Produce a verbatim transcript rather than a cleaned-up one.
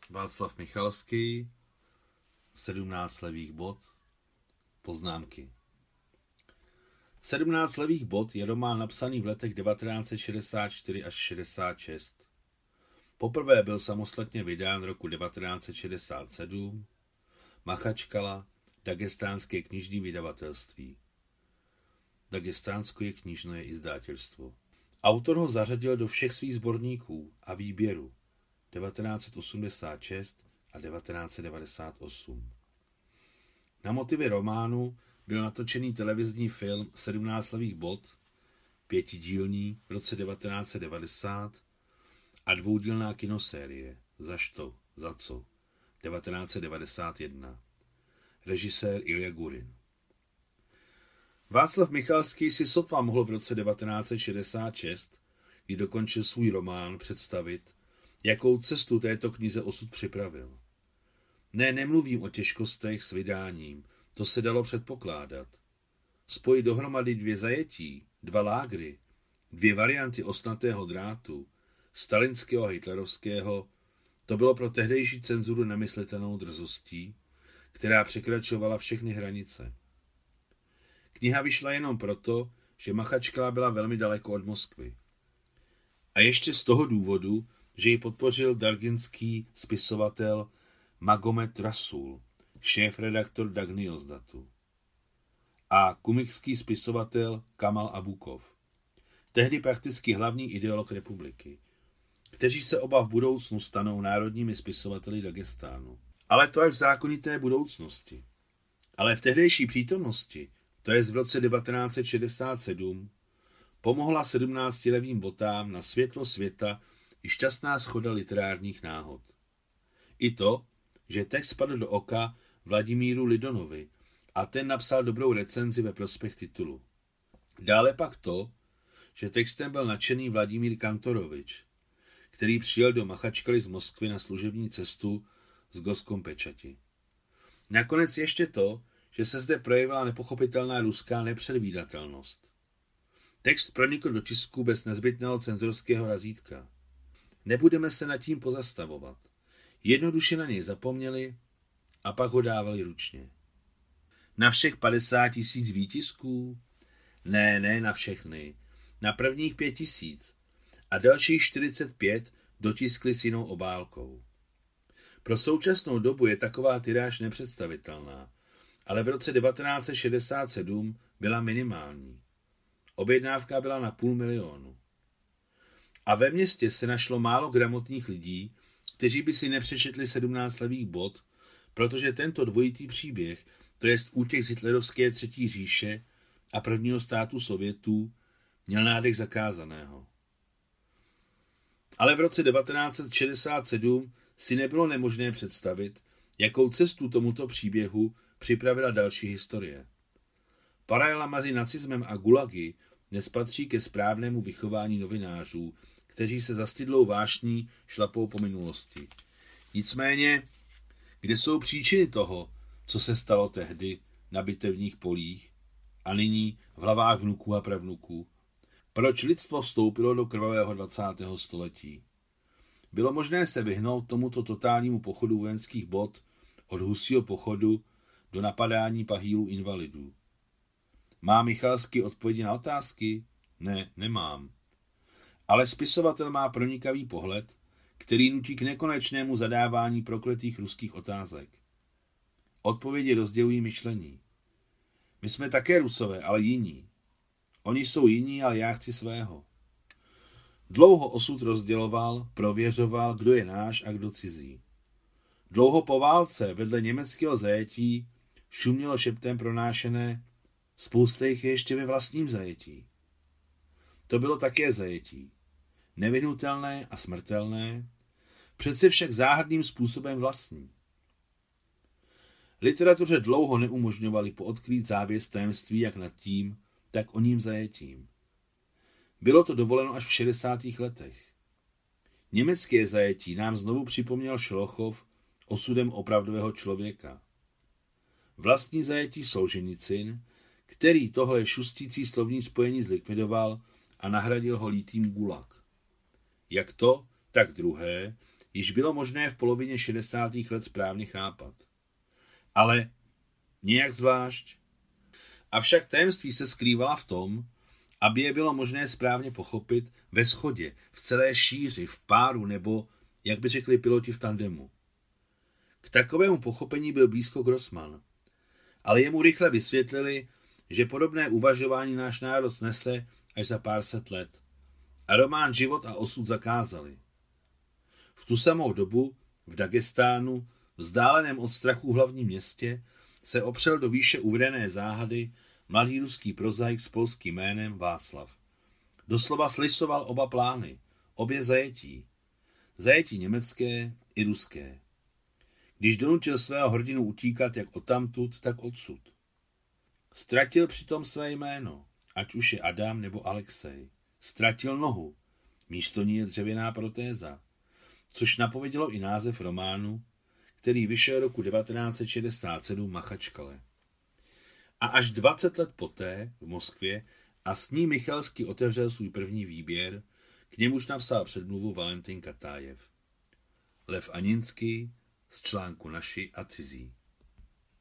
Václav Michalský, sedmnáct levých bod, poznámky. sedmnáct levých bod je román napsaný v letech devatenáct set šedesát čtyři až šedesát šest. Poprvé byl samostatně vydán roku devatenáct set šedesát sedm, Machačkala, Dagestánské knižní vydavatelství. Dagestánsko je knižné izdatelstvo. Autor ho zařadil do všech svých sborníků a výběrů devatenáct set osmdesát šest a devatenáct set devadesát osm. Na motivy románu byl natočený televizní film sedmnáct levých bod, pětidílný v roce devatenáct set devadesát a dvoudílná kinosérie Zašto, za co, devatenáct set devadesát jedna. Režisér Ilja Gurin. Václav Michalský si sotva mohl v roce devatenáct set šedesát šest, kdy dokončil svůj román, představit, jakou cestu této knize osud připravil. Ne, nemluvím o těžkostech s vydáním, to se dalo předpokládat. Spojit dohromady dvě zajetí, dva lágry, dvě varianty ostnatého drátu, stalinského a hitlerovského, to bylo pro tehdejší cenzuru nemyslitelnou drzostí, která překračovala všechny hranice. Kniha vyšla jenom proto, že Machačkala byla velmi daleko od Moskvy. A ještě z toho důvodu, že ji podpořil darginský spisovatel Magomed Rasul, šéf-redaktor Dagniyozdatu, a kumikský spisovatel Kamal Abukov, tehdy prakticky hlavní ideolog republiky, kteří se oba v budoucnu stanou národními spisovateli Dagestánu. Ale to až v zákonité budoucnosti. Ale v tehdejší přítomnosti, to je v roce devatenáct set šedesát sedm, pomohla sedmnáctilevým botám na světlo světa i šťastná shoda literárních náhod. I to, že text spadl do oka Vladimíru Lidonovi a ten napsal dobrou recenzi ve prospěch titulu. Dále pak to, že textem byl nadšený Vladimír Kantorovič, který přijel do Machačkaly z Moskvy na služební cestu z Goskompečati. Nakonec ještě to, že se zde projevila nepochopitelná ruská nepředvídatelnost. Text pronikl do tisku bez nezbytného cenzorského razítka. Nebudeme se nad tím pozastavovat. Jednoduše na něj zapomněli a pak ho dávali ručně. Na všech padesát tisíc výtisků? Ne, ne na všechny. Na prvních pět tisíc. A dalších čtyřicet pět dotiskli s jinou obálkou. Pro současnou dobu je taková tiráž nepředstavitelná, ale v roce devatenáct set šedesát sedm byla minimální. Objednávka byla na půl milionu. A ve městě se našlo málo gramotných lidí, kteří by si nepřečetli sedmnáct levých bod, protože tento dvojitý příběh, to jest útěk z hitlerovské třetí říše a prvního státu Sovětů, měl nádech zakázaného. Ale v roce devatenáct set šedesát sedm si nebylo nemožné představit, jakou cestu tomuto příběhu připravila další historie. Paralela mezi nacismem a gulagy nespatří ke správnému vychování novinářů, kteří se zastydlou vášní šlapou po minulosti. Nicméně, kde jsou příčiny toho, co se stalo tehdy na bitevních polích a nyní v hlavách vnuků a pravnuků? Proč lidstvo vstoupilo do krvavého dvacátého století? Bylo možné se vyhnout tomuto totálnímu pochodu vojenských bot od husího pochodu do napadání pahýlů invalidů? Má Michalský odpovědi na otázky? Ne, nemám. Ale spisovatel má pronikavý pohled, který nutí k nekonečnému zadávání prokletých ruských otázek. Odpovědi rozdělují myšlení. My jsme také Rusové, ale jiní. Oni jsou jiní, ale já chci svého. Dlouho osud rozděloval, prověřoval, kdo je náš a kdo cizí. Dlouho po válce vedle německého zajetí šumělo šeptem pronášené: spousta jich je ještě ve vlastním zajetí. To bylo také zajetí. Nevyhnutelné a smrtelné, přece však záhadným způsobem vlastní. Literatuře dlouho neumožňovali poodkrýt závěs tajemství jak nad tím, tak o ním zajetím. Bylo to dovoleno až v šedesátých letech. Německé zajetí nám znovu připomněl Šolochov osudem opravdového člověka. Vlastní zajetí Solženicyn, který tohle šustící slovní spojení zlikvidoval a nahradil ho lítým gulag. Jak to, tak druhé již bylo možné v polovině šedesátých let správně chápat. Ale nějak zvlášť. Avšak tajemství se skrývala v tom, aby je bylo možné správně pochopit ve shodě, v celé šíři, v páru nebo, jak by řekli piloti, v tandemu. K takovému pochopení byl blízko Grossman, ale jemu rychle vysvětlili, že podobné uvažování náš národ snese až za pár set let a román Život a osud zakázali. V tu samou dobu v Dagestánu, vzdáleném od strachu hlavním městě, se opřel do výše uvedené záhady mladý ruský prozaik s polským jménem Václav. Doslova slisoval oba plány, obě zajetí. Zajetí německé i ruské. Když donutil svého hrdinu utíkat jak odtamtud, tak odsud. Ztratil přitom své jméno, ať už je Adam nebo Alexej. Ztratil nohu, místo ní je dřevěná protéza, což napovědělo i název románu, který vyšel roku devatenáct set šedesát sedm Machačkale. A až dvacet let poté v Moskvě a s ní Michalský otevřel svůj první výběr, k němuž napsal předmluvu Valentin Katájev. Lev Aninský z článku Naši a cizí.